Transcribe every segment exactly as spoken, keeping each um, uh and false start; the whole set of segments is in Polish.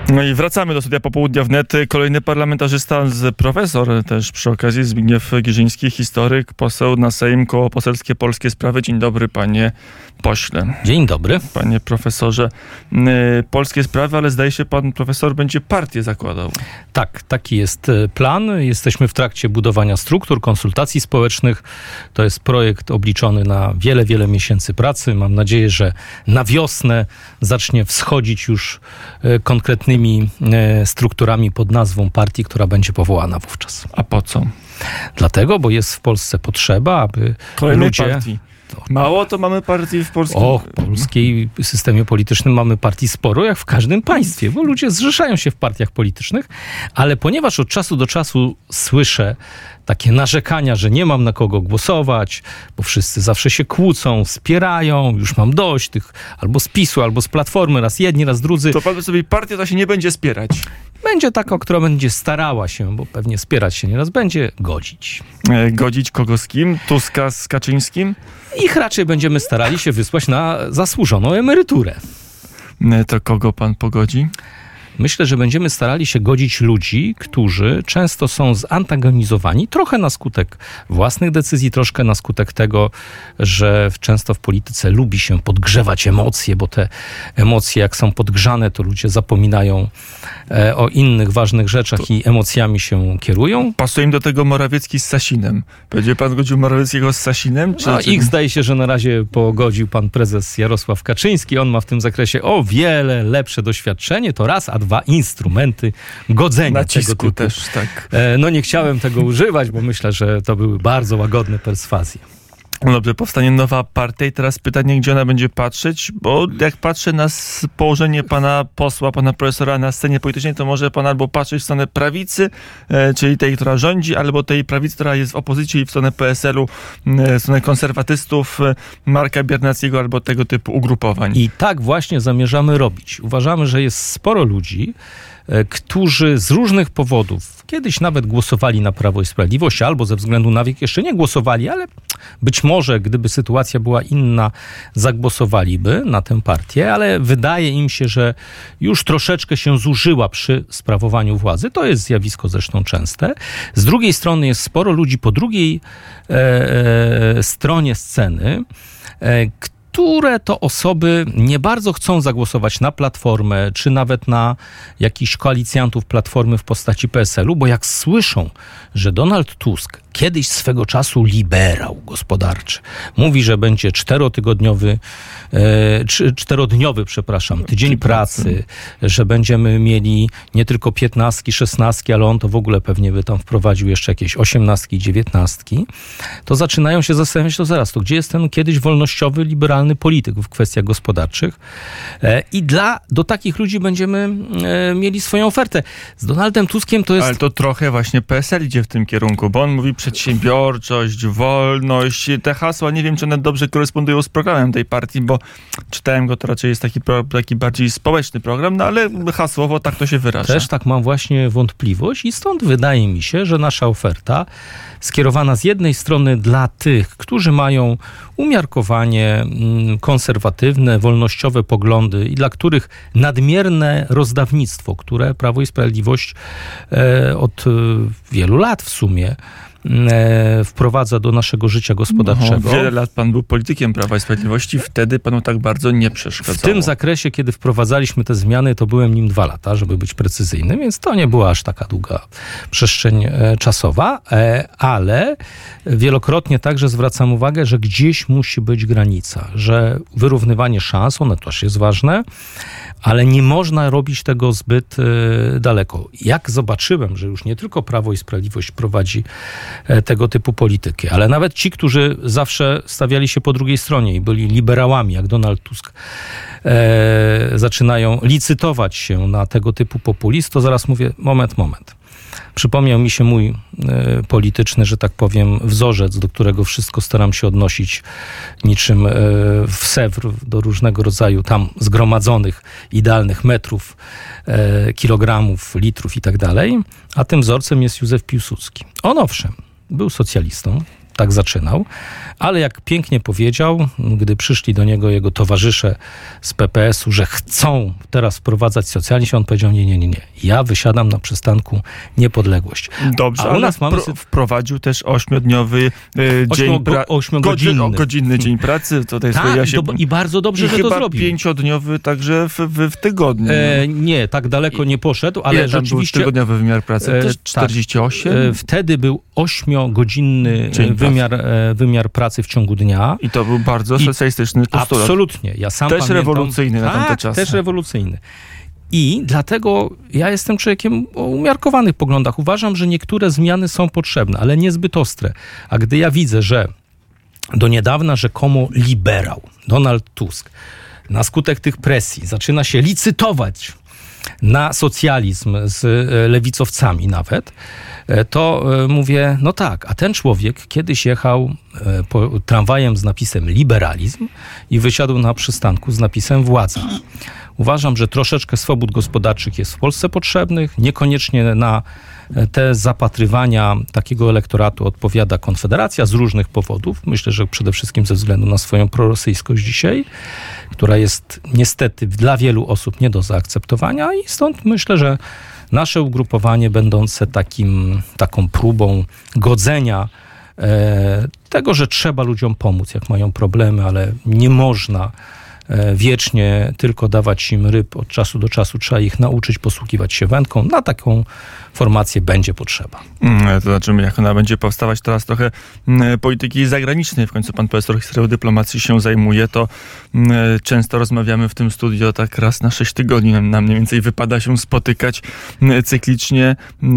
No i wracamy do studia Popołudnia Wnet. Kolejny parlamentarzysta, z profesor też przy okazji, Zbigniew Girzyński, historyk, poseł na Sejm, Koło Poselskie Polskie Sprawy. Dzień dobry, panie pośle. Dzień dobry. Panie profesorze. Polskie Sprawy, ale zdaje się, pan profesor będzie partię zakładał. Tak, taki jest plan. Jesteśmy w trakcie budowania struktur, konsultacji społecznych. To jest projekt obliczony na wiele, wiele miesięcy pracy. Mam nadzieję, że na wiosnę zacznie wschodzić już konkretnymi strukturami pod nazwą partii, która będzie powołana wówczas. A po co? Dlatego, bo jest w Polsce potrzeba, aby Kolejnej ludzie... partii. Mało to mamy partii w polskim... O, w polskim systemie politycznym mamy partii sporo, jak w każdym państwie, bo ludzie zrzeszają się w partiach politycznych, ale ponieważ od czasu do czasu słyszę takie narzekania, że nie mam na kogo głosować, bo wszyscy zawsze się kłócą, wspierają, już mam dość tych albo z PiSu, albo z Platformy, raz jedni, raz drudzy. To pan sobie partia ta się nie będzie spierać. Będzie taka, która będzie starała się, bo pewnie spierać się nieraz będzie, godzić. E, godzić kogo z kim? Tuska z Kaczyńskim? Ich raczej będziemy starali się wysłać na zasłużoną emeryturę. E, to kogo pan pogodzi? Myślę, że będziemy starali się godzić ludzi, którzy często są zantagonizowani, trochę na skutek własnych decyzji, troszkę na skutek tego, że często w polityce lubi się podgrzewać emocje, bo te emocje, jak są podgrzane, to ludzie zapominają e, o innych ważnych rzeczach to... i emocjami się kierują. Pasuje im do tego Morawiecki z Sasinem. Będzie pan godził Morawieckiego z Sasinem? Czy, no, czy... Ich zdaje się, że na razie pogodził pan prezes Jarosław Kaczyński. On ma w tym zakresie o wiele lepsze doświadczenie. To raz, a dwa instrumenty godzenia Nacisku tego typu. też, tak. No nie chciałem tego używać, bo myślę, że to były bardzo łagodne perswazje. No dobrze, powstanie nowa partia i teraz pytanie, gdzie ona będzie patrzeć, bo jak patrzę na położenie pana posła, pana profesora na scenie politycznej, to może pan albo patrzeć w stronę prawicy, e, czyli tej, która rządzi, albo tej prawicy, która jest w opozycji, w stronę P S L u, e, w stronę konserwatystów, e, Marka Biernackiego, albo tego typu ugrupowań. I tak właśnie zamierzamy robić. Uważamy, że jest sporo ludzi, którzy z różnych powodów kiedyś nawet głosowali na Prawo i Sprawiedliwość, albo ze względu na wiek jeszcze nie głosowali, ale być może, gdyby sytuacja była inna, zagłosowaliby na tę partię, ale wydaje im się, że już troszeczkę się zużyła przy sprawowaniu władzy. To jest zjawisko zresztą częste. Z drugiej strony jest sporo ludzi po drugiej e, e, stronie sceny, e, które to osoby nie bardzo chcą zagłosować na Platformę, czy nawet na jakichś koalicjantów Platformy w postaci P S L u, bo jak słyszą, że Donald Tusk, kiedyś swego czasu liberał gospodarczy, mówi, że będzie czterotygodniowy, e, czterodniowy, przepraszam, tydzień pracy, że będziemy mieli nie tylko piętnastki, szesnastki, ale on to w ogóle pewnie by tam wprowadził jeszcze jakieś osiemnastki i dziewiętnastki, to zaczynają się zastanawiać, to zaraz, to gdzie jest ten kiedyś wolnościowy, liberalny polityk w kwestiach gospodarczych? E, I dla, do takich ludzi będziemy e, mieli swoją ofertę. Z Donaldem Tuskiem to jest... Ale to trochę właśnie P S L idzie w tym kierunku, bo on mówi przedsiębiorczość, wolność, te hasła, nie wiem, czy one dobrze korespondują z programem tej partii, bo czytałem go, to raczej jest taki, pro, taki bardziej społeczny program, no ale hasłowo tak to się wyraża. Też tak mam właśnie wątpliwość i stąd wydaje mi się, że nasza oferta skierowana z jednej strony dla tych, którzy mają umiarkowanie konserwatywne, wolnościowe poglądy i dla których nadmierne rozdawnictwo, które Prawo i Sprawiedliwość e, od wielu lat w sumie e, wprowadza do naszego życia gospodarczego. No, wiele lat pan był politykiem Prawa i Sprawiedliwości, wtedy panu tak bardzo nie przeszkadzało. W tym zakresie, kiedy wprowadzaliśmy te zmiany, to byłem nim dwa lata, żeby być precyzyjny, więc to nie była aż taka długa przestrzeń e, czasowa, e, ale wielokrotnie także zwracam uwagę, że gdzieś musi być granica, że wyrównywanie szans, ono też jest ważne, ale nie można robić tego zbyt e, daleko. Jak zobaczyłem, że już nie tylko Prawo i Sprawiedliwość prowadzi e, tego typu polityki, ale nawet ci, którzy zawsze stawiali się po drugiej stronie i byli liberałami, jak Donald Tusk, e, zaczynają licytować się na tego typu populizm, to zaraz mówię, moment, moment. Przypomniał mi się mój e, polityczny, że tak powiem, wzorzec, do którego wszystko staram się odnosić niczym e, w Sewr do różnego rodzaju tam zgromadzonych idealnych metrów, e, kilogramów, litrów i tak dalej. A tym wzorcem jest Józef Piłsudski. On owszem, był socjalistą, tak zaczynał. Ale jak pięknie powiedział, gdy przyszli do niego jego towarzysze z P P S u, że chcą teraz wprowadzać socjalizm, on powiedział, nie, nie, nie, nie. Ja wysiadam na przystanku Niepodległość. Dobrze, A u nas mamy... pro, wprowadził też ośmiodniowy y, dzień Ośmio, ośmiogodzinny. Godzinny. godzinny dzień pracy. Tutaj tak, się... do, i bardzo dobrze, I że chyba to zrobił. pięciodniowy także w, w, w tygodniu. E, nie, tak daleko nie poszedł, ale Ile tam rzeczywiście... był tygodniowy wymiar pracy? E, też czterdzieści osiem? Tak. E, wtedy był ośmiogodzinny wymiar, e, wymiar pracy w ciągu dnia. I to był bardzo socjalistyczny postulat. Absolutnie. Ja sam też pamiętam, rewolucyjny na tak, tamte czasy. też rewolucyjny. I dlatego ja jestem człowiekiem o umiarkowanych poglądach. Uważam, że niektóre zmiany są potrzebne, ale niezbyt ostre. A gdy ja widzę, że do niedawna rzekomo liberał Donald Tusk na skutek tych presji zaczyna się licytować na socjalizm z lewicowcami nawet, to mówię, no tak, a ten człowiek kiedyś jechał po tramwajem z napisem liberalizm i wysiadł na przystanku z napisem władza. Uważam, że troszeczkę swobód gospodarczych jest w Polsce potrzebnych, niekoniecznie na te zapatrywania takiego elektoratu odpowiada Konfederacja z różnych powodów. Myślę, że przede wszystkim ze względu na swoją prorosyjskość dzisiaj, która jest niestety dla wielu osób nie do zaakceptowania i stąd myślę, że nasze ugrupowanie będące takim, taką próbą godzenia e, tego, że trzeba ludziom pomóc, jak mają problemy, ale nie można wiecznie tylko dawać im ryb od czasu do czasu, trzeba ich nauczyć posługiwać się wędką. Na taką formację będzie potrzeba. To zobaczymy, jak ona będzie powstawać. Teraz trochę polityki zagranicznej. W końcu pan profesor historią dyplomacji się zajmuje. To często rozmawiamy w tym studio tak raz na sześć tygodni. Nam mniej więcej wypada się spotykać cyklicznie.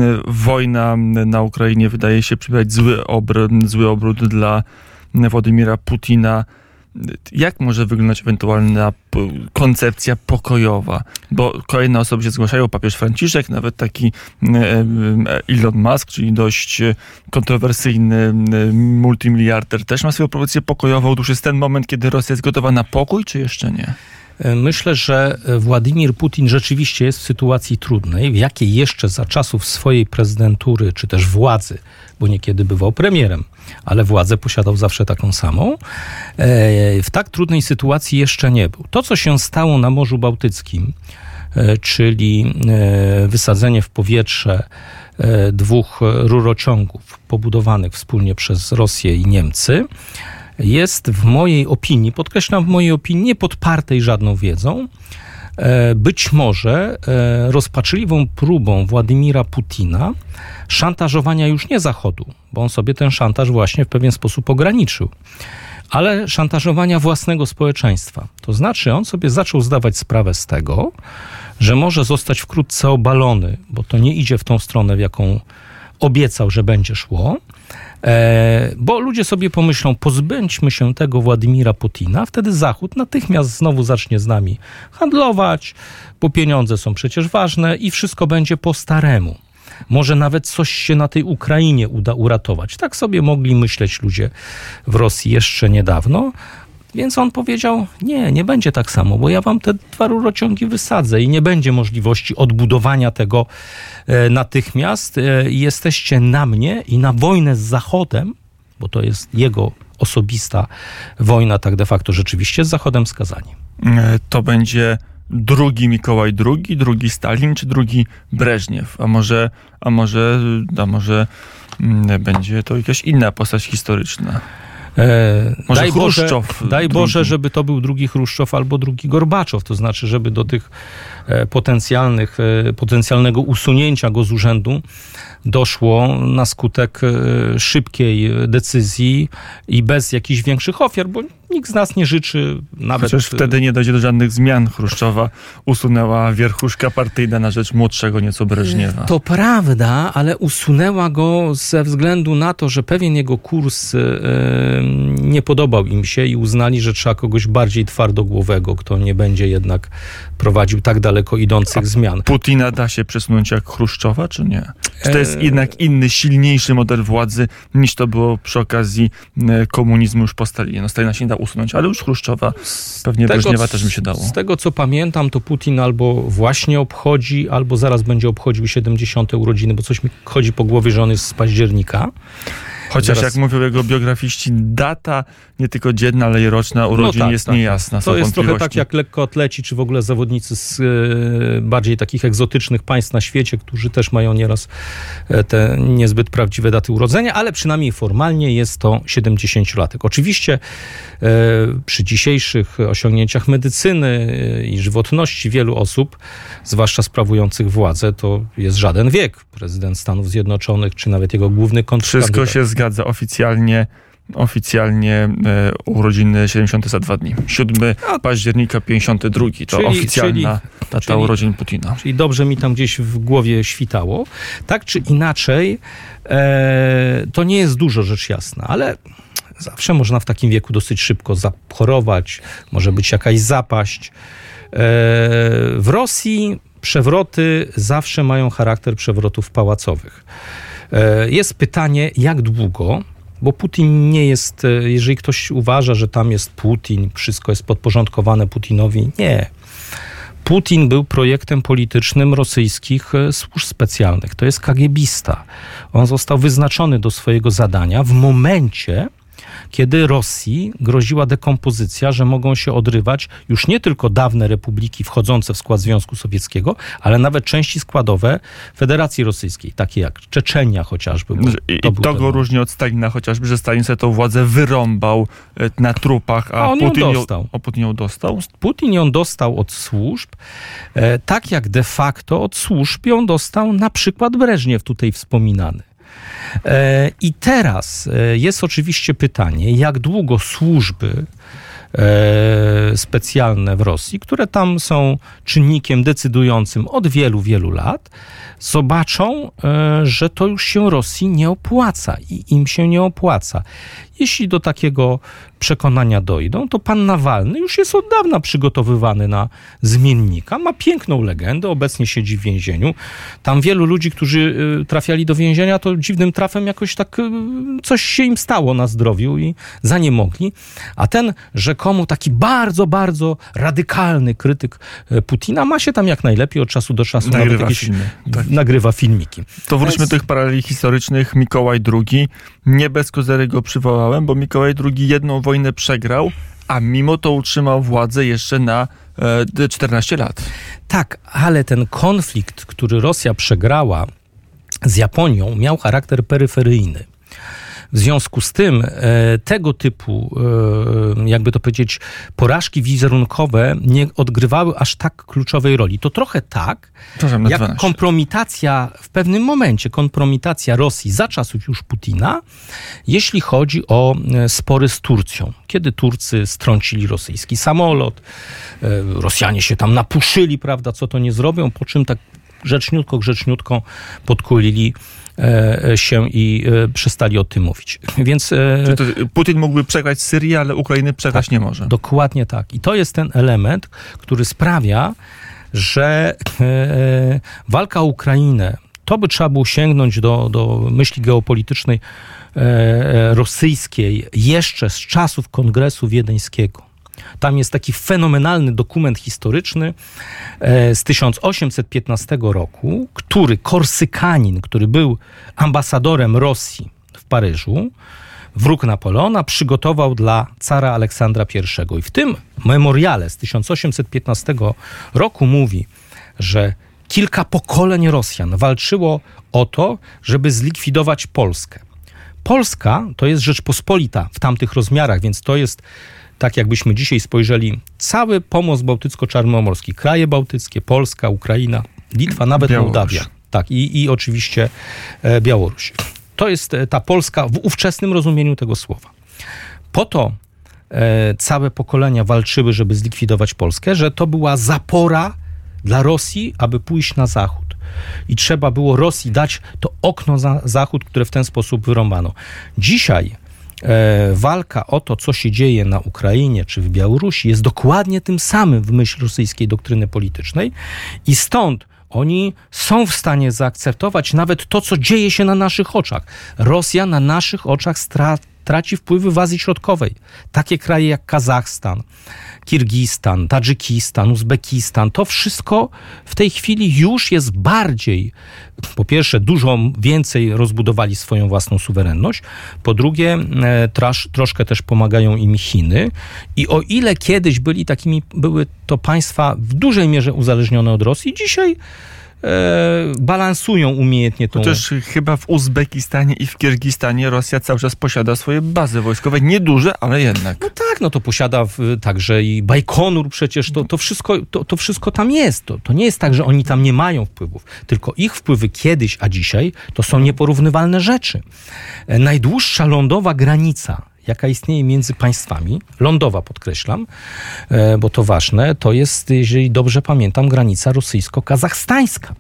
Wojna na Ukrainie wydaje się przybrać zły obrót, zły obrót dla Władimira Putina. Jak może wyglądać ewentualna koncepcja pokojowa? Bo kolejne osoby się zgłaszają, papież Franciszek, nawet taki Elon Musk, czyli dość kontrowersyjny multimiliarder, też ma swoją propozycję pokojową. To już jest ten moment, kiedy Rosja jest gotowa na pokój, czy jeszcze nie? Myślę, że Władimir Putin rzeczywiście jest w sytuacji trudnej, w jakiej jeszcze za czasów swojej prezydentury, czy też władzy, bo niekiedy bywał premierem, ale władzę posiadał zawsze taką samą, w tak trudnej sytuacji jeszcze nie był. To, co się stało na Morzu Bałtyckim, czyli wysadzenie w powietrze dwóch rurociągów pobudowanych wspólnie przez Rosję i Niemcy, jest w mojej opinii, podkreślam w mojej opinii, nie podpartej żadną wiedzą, być może rozpaczliwą próbą Władimira Putina szantażowania już nie Zachodu, bo on sobie ten szantaż właśnie w pewien sposób ograniczył, ale szantażowania własnego społeczeństwa. To znaczy on sobie zaczął zdawać sprawę z tego, że może zostać wkrótce obalony, bo to nie idzie w tą stronę, w jaką obiecał, że będzie szło, bo ludzie sobie pomyślą, pozbędźmy się tego Władimira Putina, wtedy Zachód natychmiast znowu zacznie z nami handlować, bo pieniądze są przecież ważne i wszystko będzie po staremu. Może nawet coś się na tej Ukrainie uda uratować. Tak sobie mogli myśleć ludzie w Rosji jeszcze niedawno. Więc on powiedział, nie, nie będzie tak samo, bo ja wam te dwa rurociągi wysadzę i nie będzie możliwości odbudowania tego e, natychmiast. E, jesteście na mnie i na wojnę z Zachodem, bo to jest jego osobista wojna, tak de facto rzeczywiście z Zachodem skazani. E, to będzie drugi Mikołaj drugi, drugi Stalin czy drugi Breżniew? A może, a może, a może m, będzie to jakaś inna postać historyczna? E, Może daj Boże, daj drugi. Boże, żeby to był drugi Chruszczow albo drugi Gorbaczow, to znaczy, żeby do tych e, potencjalnych, e, potencjalnego usunięcia go z urzędu doszło na skutek e, szybkiej decyzji i bez jakichś większych ofiar, bo nikt z nas nie życzy nawet... Chociaż wtedy nie dojdzie do żadnych zmian. Chruszczowa usunęła wierchuszka partyjna na rzecz młodszego nieco Breżniewa. To prawda, ale usunęła go ze względu na to, że pewien jego kurs e, nie podobał im się i uznali, że trzeba kogoś bardziej twardogłowego, kto nie będzie jednak prowadził tak daleko idących A zmian. Putina da się przesunąć jak Chruszczowa, czy nie? Czy to jest jednak inny, silniejszy model władzy, niż to było przy okazji komunizmu już po Stalinie? No Stalina się nie da usunąć, ale już Chruszczowa, pewnie Breżniewa też by się dało. Z tego, co pamiętam, to Putin albo właśnie obchodzi, albo zaraz będzie obchodził siedemdziesiąte urodziny, bo coś mi chodzi po głowie, że on jest z października. Chociaż Zaraz... jak mówią jego biografiści, data nie tylko dzienna, ale i roczna urodzin no tak, jest tak. niejasna. To jest trochę tak jak lekkoatleci, czy w ogóle zawodnicy z e, bardziej takich egzotycznych państw na świecie, którzy też mają nieraz e, te niezbyt prawdziwe daty urodzenia, ale przynajmniej formalnie jest to siedemdziesięciolatek. Oczywiście e, przy dzisiejszych osiągnięciach medycyny e, i żywotności wielu osób, zwłaszcza sprawujących władzę, to jest żaden wiek. Prezydent Stanów Zjednoczonych, czy nawet jego główny kontrkandydat. Wszystko się zgadza oficjalnie. Oficjalnie e, urodziny siedemdziesiąte za dwa dni. siódmego października pięćdziesiąty drugi. To czyli, oficjalna czyli, data czyli, urodzin Putina. Czyli dobrze mi tam gdzieś w głowie świtało. Tak czy inaczej, e, to nie jest dużo, rzecz jasna, ale zawsze można w takim wieku dosyć szybko zachorować, może być jakaś zapaść. E, w Rosji przewroty zawsze mają charakter przewrotów pałacowych. E, jest pytanie, jak długo. Bo Putin nie jest, jeżeli ktoś uważa, że tam jest Putin, wszystko jest podporządkowane Putinowi, nie. Putin był projektem politycznym rosyjskich służb specjalnych. To jest kagiebista. On został wyznaczony do swojego zadania w momencie, kiedy Rosji groziła dekompozycja, że mogą się odrywać już nie tylko dawne republiki wchodzące w skład Związku Sowieckiego, ale nawet części składowe Federacji Rosyjskiej, takie jak Czeczenia chociażby. I to, to go różni od Stalina chociażby, że Stalin sobie tą władzę wyrąbał na trupach, a, a on Putin ją dostał. Ją, Putin ją dostał? Putin ją dostał od służb, e, tak jak de facto od służb ją dostał na przykład Breżniew tutaj wspominany. I teraz jest oczywiście pytanie, jak długo służby specjalne w Rosji, które tam są czynnikiem decydującym od wielu, wielu lat, zobaczą, że to już się Rosji nie opłaca i im się nie opłaca. Jeśli do takiego przekonania dojdą, to pan Nawalny już jest od dawna przygotowywany na zmiennika. Ma piękną legendę, obecnie siedzi w więzieniu. Tam wielu ludzi, którzy trafiali do więzienia, to dziwnym trafem jakoś tak coś się im stało na zdrowiu i zaniemogli. A ten rzekomo taki bardzo, bardzo radykalny krytyk Putina ma się tam jak najlepiej od czasu do czasu. Nagrywa nawet jakieś, filmy. Tak. Nagrywa filmiki. To wróćmy do tych paraleli historycznych. Mikołaj drugi. Nie bez kozery go przywołałem, bo Mikołaj drugi jedną wojnę przegrał, a mimo to utrzymał władzę jeszcze na e, czternaście lat. Tak, ale ten konflikt, który Rosja przegrała z Japonią, miał charakter peryferyjny. W związku z tym e, tego typu, e, jakby to powiedzieć, porażki wizerunkowe nie odgrywały aż tak kluczowej roli. To trochę tak, jak kompromitacja, w pewnym momencie kompromitacja Rosji za czasów już Putina, jeśli chodzi o e, spory z Turcją. Kiedy Turcy strącili rosyjski samolot, e, Rosjanie się tam napuszyli, prawda, co to nie zrobią, po czym tak grzeczniutko, grzeczniutko podkulili się i przestali o tym mówić. Więc to Putin mógłby przegrać Syrię, ale Ukrainy przegrać tak, nie może. Dokładnie tak. I to jest ten element, który sprawia, że walka o Ukrainę, to by trzeba było sięgnąć do, do myśli geopolitycznej rosyjskiej jeszcze z czasów Kongresu Wiedeńskiego. Tam jest taki fenomenalny dokument historyczny z tysiąc osiemset piętnastego roku, który Korsykanin, który był ambasadorem Rosji w Paryżu, wróg Napoleona, przygotował dla cara Aleksandra pierwszego. I w tym memoriale z tysiąc osiemset piętnastego roku mówi, że kilka pokoleń Rosjan walczyło o to, żeby zlikwidować Polskę. Polska to jest Rzeczpospolita w tamtych rozmiarach, więc to jest tak jakbyśmy dzisiaj spojrzeli, cały pomost bałtycko-czarnomorski, kraje bałtyckie, Polska, Ukraina, Litwa, nawet Białoruś. Mołdawia. Tak, i, i oczywiście e, Białoruś. To jest ta Polska w ówczesnym rozumieniu tego słowa. Po to e, całe pokolenia walczyły, żeby zlikwidować Polskę, że to była zapora dla Rosji, aby pójść na zachód. I trzeba było Rosji dać to okno na zachód, które w ten sposób wyrąbano. Dzisiaj walka o to, co się dzieje na Ukrainie czy w Białorusi, jest dokładnie tym samym w myśl rosyjskiej doktryny politycznej i stąd oni są w stanie zaakceptować nawet to, co dzieje się na naszych oczach. Rosja na naszych oczach stra- traci wpływy w Azji Środkowej. Takie kraje jak Kazachstan, Kirgistan, Tadżykistan, Uzbekistan, to wszystko w tej chwili już jest bardziej, po pierwsze, dużo więcej rozbudowali swoją własną suwerenność, po drugie, trasz, troszkę też pomagają im Chiny i o ile kiedyś byli takimi, były to państwa w dużej mierze uzależnione od Rosji, dzisiaj E, balansują umiejętnie tą... Chociaż chyba w Uzbekistanie i w Kirgistanie Rosja cały czas posiada swoje bazy wojskowe. Nieduże, ale jednak. No tak, no to posiada w, także i Bajkonur przecież, to, to, wszystko, to, to wszystko tam jest. To, to nie jest tak, że oni tam nie mają wpływów, tylko ich wpływy kiedyś, a dzisiaj to są nieporównywalne rzeczy. E, najdłuższa lądowa granica, jaka istnieje między państwami, lądowa podkreślam, bo to ważne, to jest, jeżeli dobrze pamiętam, granica rosyjsko-kazachstańska.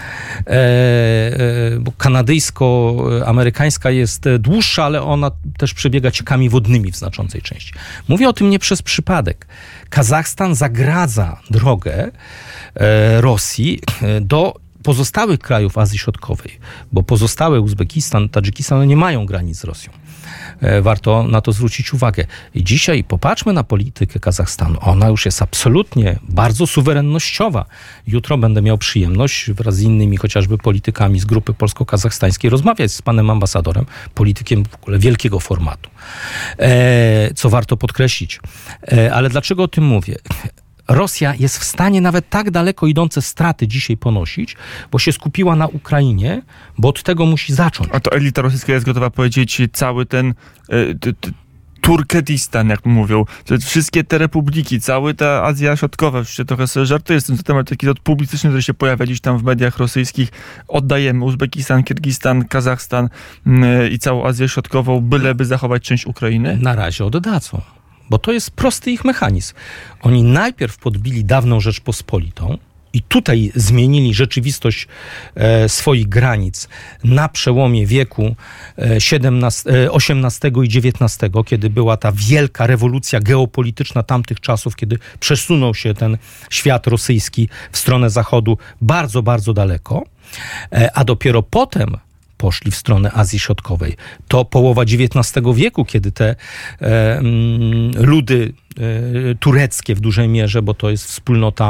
Bo kanadyjsko-amerykańska jest dłuższa, ale ona też przebiega ciekami wodnymi w znaczącej części. Mówię o tym nie przez przypadek. Kazachstan zagradza drogę Rosji do pozostałych krajów Azji Środkowej, bo pozostałe Uzbekistan, Tadżykistan nie mają granic z Rosją. Warto na to zwrócić uwagę. I dzisiaj popatrzmy na politykę Kazachstanu. Ona już jest absolutnie bardzo suwerennościowa. Jutro będę miał przyjemność wraz z innymi chociażby politykami z grupy polsko-kazachstańskiej rozmawiać z panem ambasadorem, politykiem w ogóle wielkiego formatu. E, co warto podkreślić. E, ale dlaczego o tym mówię? Rosja jest w stanie nawet tak daleko idące straty dzisiaj ponosić, bo się skupiła na Ukrainie, bo od tego musi zacząć. A to elita rosyjska jest gotowa powiedzieć cały ten y, t, t, Turkmenistan, jak mówią, wszystkie te republiki, cała ta Azja Środkowa, już się trochę sobie żartuję z tym, temat taki publicystyczny, który się pojawia gdzieś tam w mediach rosyjskich, oddajemy Uzbekistan, Kirgistan, Kazachstan y, i całą Azję Środkową, byleby zachować część Ukrainy? Na razie oddadzą. Bo to jest prosty ich mechanizm. Oni najpierw podbili dawną Rzeczpospolitą i tutaj zmienili rzeczywistość e, swoich granic na przełomie wieku e, osiemnastego i dziewiętnastego, kiedy była ta wielka rewolucja geopolityczna tamtych czasów, kiedy przesunął się ten świat rosyjski w stronę zachodu bardzo, bardzo daleko, e, a dopiero potem poszli w stronę Azji Środkowej. To połowa dziewiętnastego wieku, kiedy te e, m, ludy e, tureckie w dużej mierze, bo to jest wspólnota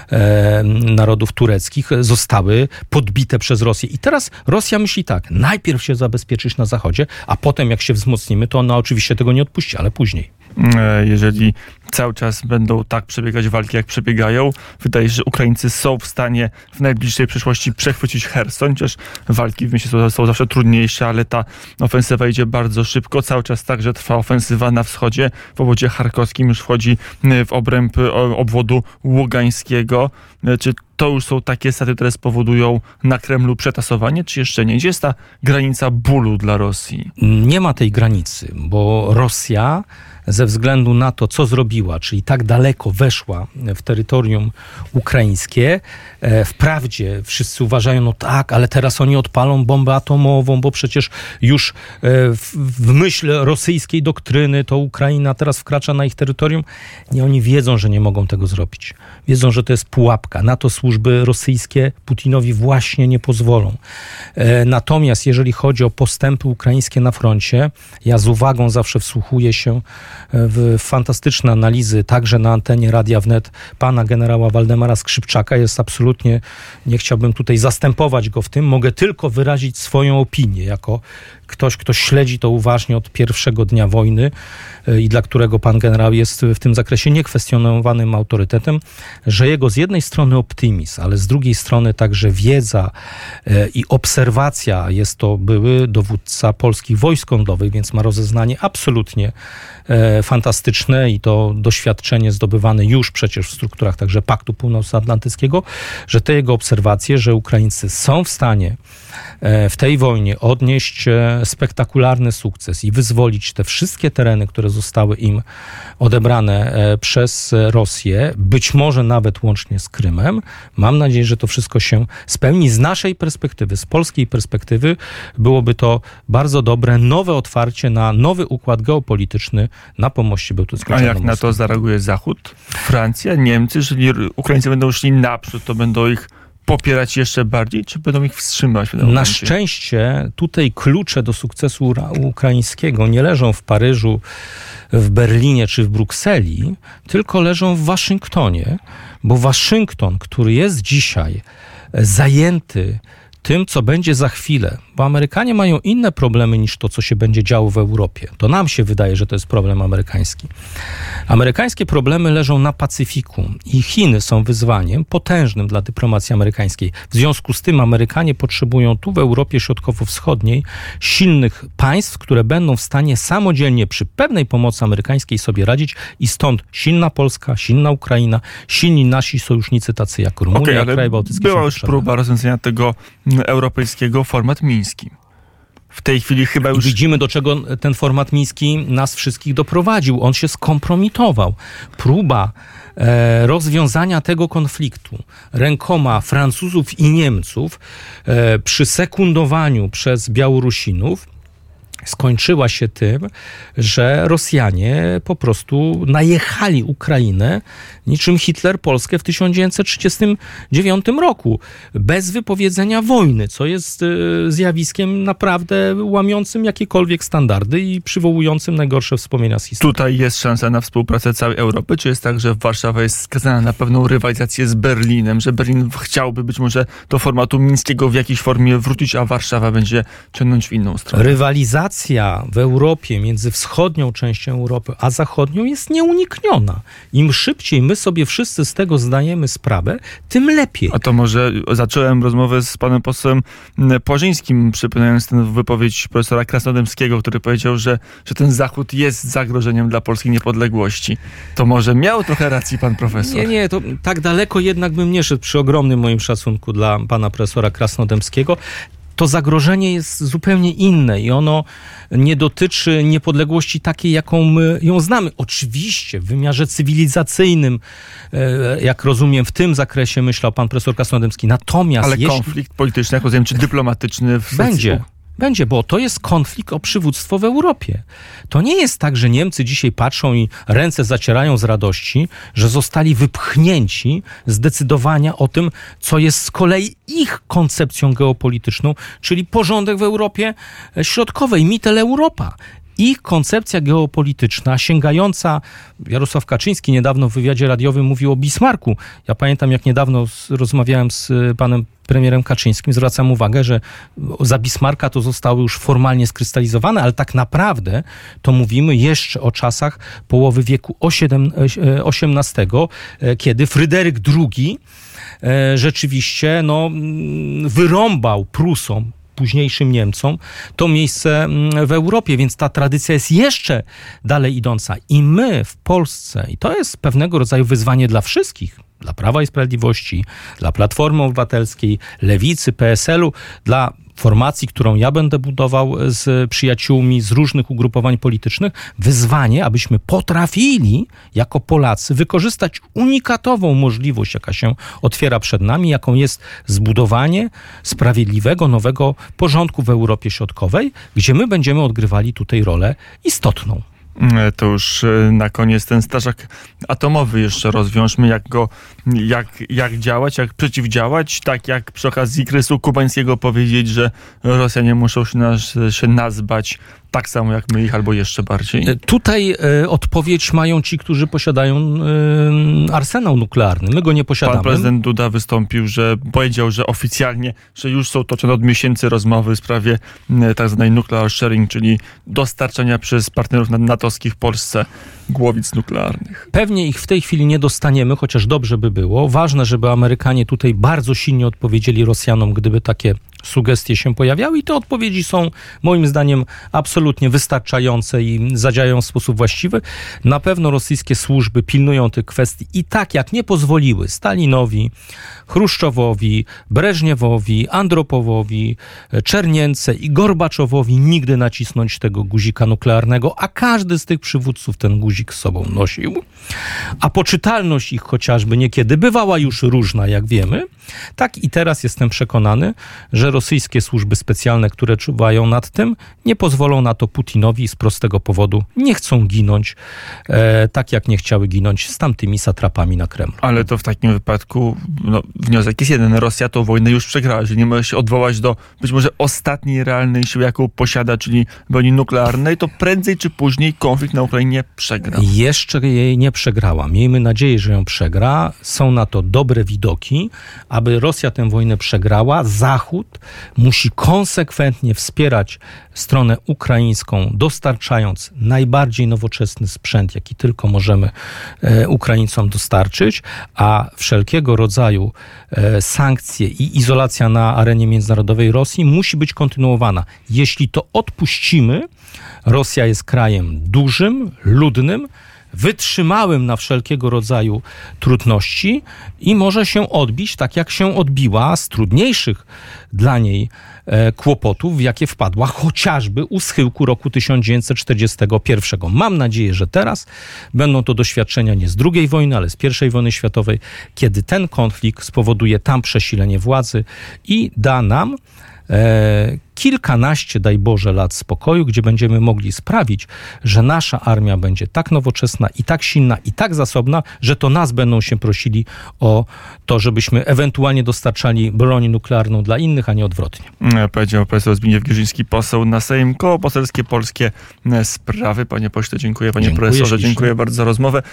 e, narodów tureckich, zostały podbite przez Rosję. I teraz Rosja myśli tak, najpierw się zabezpieczyć na zachodzie, a potem jak się wzmocnimy, to ona oczywiście tego nie odpuści, ale później. Jeżeli cały czas będą tak przebiegać walki, jak przebiegają, wydaje się, że Ukraińcy są w stanie w najbliższej przyszłości przechwycić Cherson, chociaż walki w mieście są, są zawsze trudniejsze, ale ta ofensywa idzie bardzo szybko. Cały czas także trwa ofensywa na wschodzie. W obwodzie charkowskim już wchodzi w obręb obwodu ługańskiego. Czy to już są takie straty, które spowodują na Kremlu przetasowanie, czy jeszcze nie? Gdzie jest ta granica bólu dla Rosji? Nie ma tej granicy, bo Rosja ze względu na to, co zrobiła, czyli tak daleko weszła w terytorium ukraińskie, wprawdzie wszyscy uważają, no tak, ale teraz oni odpalą bombę atomową, bo przecież już w, w myśl rosyjskiej doktryny to Ukraina teraz wkracza na ich terytorium. Nie, oni wiedzą, że nie mogą tego zrobić. Wiedzą, że to jest pułapka. Na to służby rosyjskie Putinowi właśnie nie pozwolą. Natomiast jeżeli chodzi o postępy ukraińskie na froncie, ja z uwagą zawsze wsłuchuję się w fantastyczne analizy, także na antenie Radia Wnet pana generała Waldemara Skrzypczaka. Jest absolutnie, nie chciałbym tutaj zastępować go w tym, mogę tylko wyrazić swoją opinię, jako ktoś, kto śledzi to uważnie od pierwszego dnia wojny i dla którego pan generał jest w tym zakresie niekwestionowanym autorytetem, że jego z jednej strony optymizm, ale z drugiej strony także wiedza i obserwacja, jest to były dowódca polskich wojsk lądowych, więc ma rozeznanie absolutnie fantastyczne i to doświadczenie zdobywane już przecież w strukturach także Paktu Północnoatlantyckiego, że te jego obserwacje, że Ukraińcy są w stanie w tej wojnie odnieść spektakularny sukces i wyzwolić te wszystkie tereny, które zostały im odebrane przez Rosję, być może nawet łącznie z Krymem. Mam nadzieję, że to wszystko się spełni. Z naszej perspektywy, z polskiej perspektywy byłoby to bardzo dobre, nowe otwarcie na nowy układ geopolityczny na pomoście bałtycko-czarnomorskiej. A jak na to zareaguje Zachód? Francja, Niemcy? Jeżeli Ukraińcy będą szli naprzód, to będą ich popierać jeszcze bardziej, czy będą ich wstrzymać? Na szczęście tutaj klucze do sukcesu ukraińskiego nie leżą w Paryżu, w Berlinie czy w Brukseli, tylko leżą w Waszyngtonie, bo Waszyngton, który jest dzisiaj zajęty tym, co będzie za chwilę, bo Amerykanie mają inne problemy niż to, co się będzie działo w Europie. To nam się wydaje, że to jest problem amerykański. Amerykańskie problemy leżą na Pacyfiku i Chiny są wyzwaniem potężnym dla dyplomacji amerykańskiej. W związku z tym Amerykanie potrzebują tu w Europie Środkowo-Wschodniej silnych państw, które będą w stanie samodzielnie przy pewnej pomocy amerykańskiej sobie radzić i stąd silna Polska, silna Ukraina, silni nasi sojusznicy tacy jak Rumunia, okay, ale kraje bałtyckie. Była już próba rozwiązania tego europejskiego, format miński. W tej chwili chyba już... I widzimy, do czego ten format miński nas wszystkich doprowadził. On się skompromitował. Próba e, rozwiązania tego konfliktu rękoma Francuzów i Niemców e, przy sekundowaniu przez Białorusinów skończyła się tym, że Rosjanie po prostu najechali Ukrainę niczym Hitler Polskę w tysiąc dziewięćset trzydziestym dziewiątym roku. Bez wypowiedzenia wojny, co jest zjawiskiem naprawdę łamiącym jakiekolwiek standardy i przywołującym najgorsze wspomnienia z historii. Tutaj jest szansa na współpracę całej Europy? Czy jest tak, że Warszawa jest skazana na pewną rywalizację z Berlinem, że Berlin chciałby być może do formatu mińskiego w jakiejś formie wrócić, a Warszawa będzie ciągnąć w inną stronę? Rywalizacja w Europie między wschodnią częścią Europy a zachodnią jest nieunikniona. Im szybciej my sobie wszyscy z tego zdajemy sprawę, tym lepiej. A to może zacząłem rozmowę z panem posłem Płażyńskim, przypominając tę wypowiedź profesora Krasnodębskiego, który powiedział, że, że ten Zachód jest zagrożeniem dla polskiej niepodległości. To może miał trochę racji pan profesor? Nie, nie, to tak daleko jednak bym nie szedł przy ogromnym moim szacunku dla pana profesora Krasnodębskiego. To zagrożenie jest zupełnie inne i ono nie dotyczy niepodległości takiej, jaką my ją znamy. Oczywiście w wymiarze cywilizacyjnym, jak rozumiem, w tym zakresie myślał pan profesor Krasnodębski. Natomiast Ale jeśli... konflikt polityczny, jak rozumiem, czy dyplomatyczny w Będzie. Będzie, bo to jest konflikt o przywództwo w Europie. To nie jest tak, że Niemcy dzisiaj patrzą i ręce zacierają z radości, że zostali wypchnięci z decydowania o tym, co jest z kolei ich koncepcją geopolityczną, czyli porządek w Europie Środkowej, Mitteleuropa. Ich koncepcja geopolityczna sięgająca, Jarosław Kaczyński niedawno w wywiadzie radiowym mówił o Bismarcku. Ja pamiętam, jak niedawno rozmawiałem z panem premierem Kaczyńskim, zwracam uwagę, że za Bismarcka to zostały już formalnie skrystalizowane, ale tak naprawdę to mówimy jeszcze o czasach połowy wieku osiemnastego, kiedy Fryderyk drugi rzeczywiście no, wyrąbał Prusom, późniejszym Niemcom, to miejsce w Europie, więc ta tradycja jest jeszcze dalej idąca. I my w Polsce, i to jest pewnego rodzaju wyzwanie dla wszystkich, dla Prawa i Sprawiedliwości, dla Platformy Obywatelskiej, Lewicy, P S L u, dla formacji, którą ja będę budował z przyjaciółmi z różnych ugrupowań politycznych, wyzwanie, abyśmy potrafili jako Polacy wykorzystać unikatową możliwość, jaka się otwiera przed nami, jaką jest zbudowanie sprawiedliwego, nowego porządku w Europie Środkowej, gdzie my będziemy odgrywali tutaj rolę istotną. To już na koniec ten strażak atomowy jeszcze rozwiążmy, jak go, jak, jak działać, jak przeciwdziałać, tak jak przy okazji kryzysu kubańskiego powiedzieć, że Rosjanie muszą się nas, się nas bać tak samo jak my ich, albo jeszcze bardziej. Tutaj e, odpowiedź mają ci, którzy posiadają e, arsenał nuklearny. My go nie posiadamy. Pan prezydent Duda wystąpił, że powiedział, że oficjalnie, że już są toczone od miesięcy rozmowy w sprawie e, tak zwanej nuclear sharing, czyli dostarczania przez partnerów natowskich Polsce głowic nuklearnych. Pewnie ich w tej chwili nie dostaniemy, chociaż dobrze by było. Ważne, żeby Amerykanie tutaj bardzo silnie odpowiedzieli Rosjanom, gdyby takie sugestie się pojawiały i te odpowiedzi są moim zdaniem absolutnie wystarczające i zadziałają w sposób właściwy. Na pewno rosyjskie służby pilnują tych kwestii i tak jak nie pozwoliły Stalinowi, Chruszczowowi, Breżniewowi, Andropowowi, Czernience i Gorbaczowowi nigdy nacisnąć tego guzika nuklearnego, a każdy z tych przywódców ten guzik z sobą nosił. A poczytalność ich chociażby niekiedy bywała już różna, jak wiemy. Tak i teraz jestem przekonany, że rosyjskie służby specjalne, które czuwają nad tym, nie pozwolą na to Putinowi z prostego powodu. Nie chcą ginąć e, tak, jak nie chciały ginąć z tamtymi satrapami na Kremlu. Ale to w takim wypadku no, wniosek jest jeden. Rosja tą wojnę już przegrała, że nie może się odwołać do być może ostatniej realnej siły, jaką posiada, czyli broni nuklearnej, to prędzej czy później konflikt na Ukrainie przegra. Jeszcze jej nie przegrała. Miejmy nadzieję, że ją przegra. Są na to dobre widoki. Aby Rosja tę wojnę przegrała, Zachód musi konsekwentnie wspierać stronę ukraińską, dostarczając najbardziej nowoczesny sprzęt, jaki tylko możemy e, Ukraińcom dostarczyć, a wszelkiego rodzaju e, sankcje i izolacja na arenie międzynarodowej Rosji musi być kontynuowana. Jeśli to odpuścimy, Rosja jest krajem dużym, ludnym, wytrzymałym na wszelkiego rodzaju trudności i może się odbić tak, jak się odbiła z trudniejszych dla niej e, kłopotów, w jakie wpadła chociażby u schyłku roku tysiąc dziewięćset czterdziestego pierwszego. Mam nadzieję, że teraz będą to doświadczenia nie z drugiej wojny, ale z pierwszej wojny światowej, kiedy ten konflikt spowoduje tam przesilenie władzy i da nam e, kilkanaście, daj Boże, lat spokoju, gdzie będziemy mogli sprawić, że nasza armia będzie tak nowoczesna i tak silna i tak zasobna, że to nas będą się prosili o to, żebyśmy ewentualnie dostarczali broń nuklearną dla innych, a nie odwrotnie. Powiedział profesor Zbigniew Girzyński, poseł na Sejm, Koło Poselskie Polskie Sprawy. Panie pośle, dziękuję. Panie Dziękuję profesorze, ślicznie. dziękuję bardzo za rozmowę.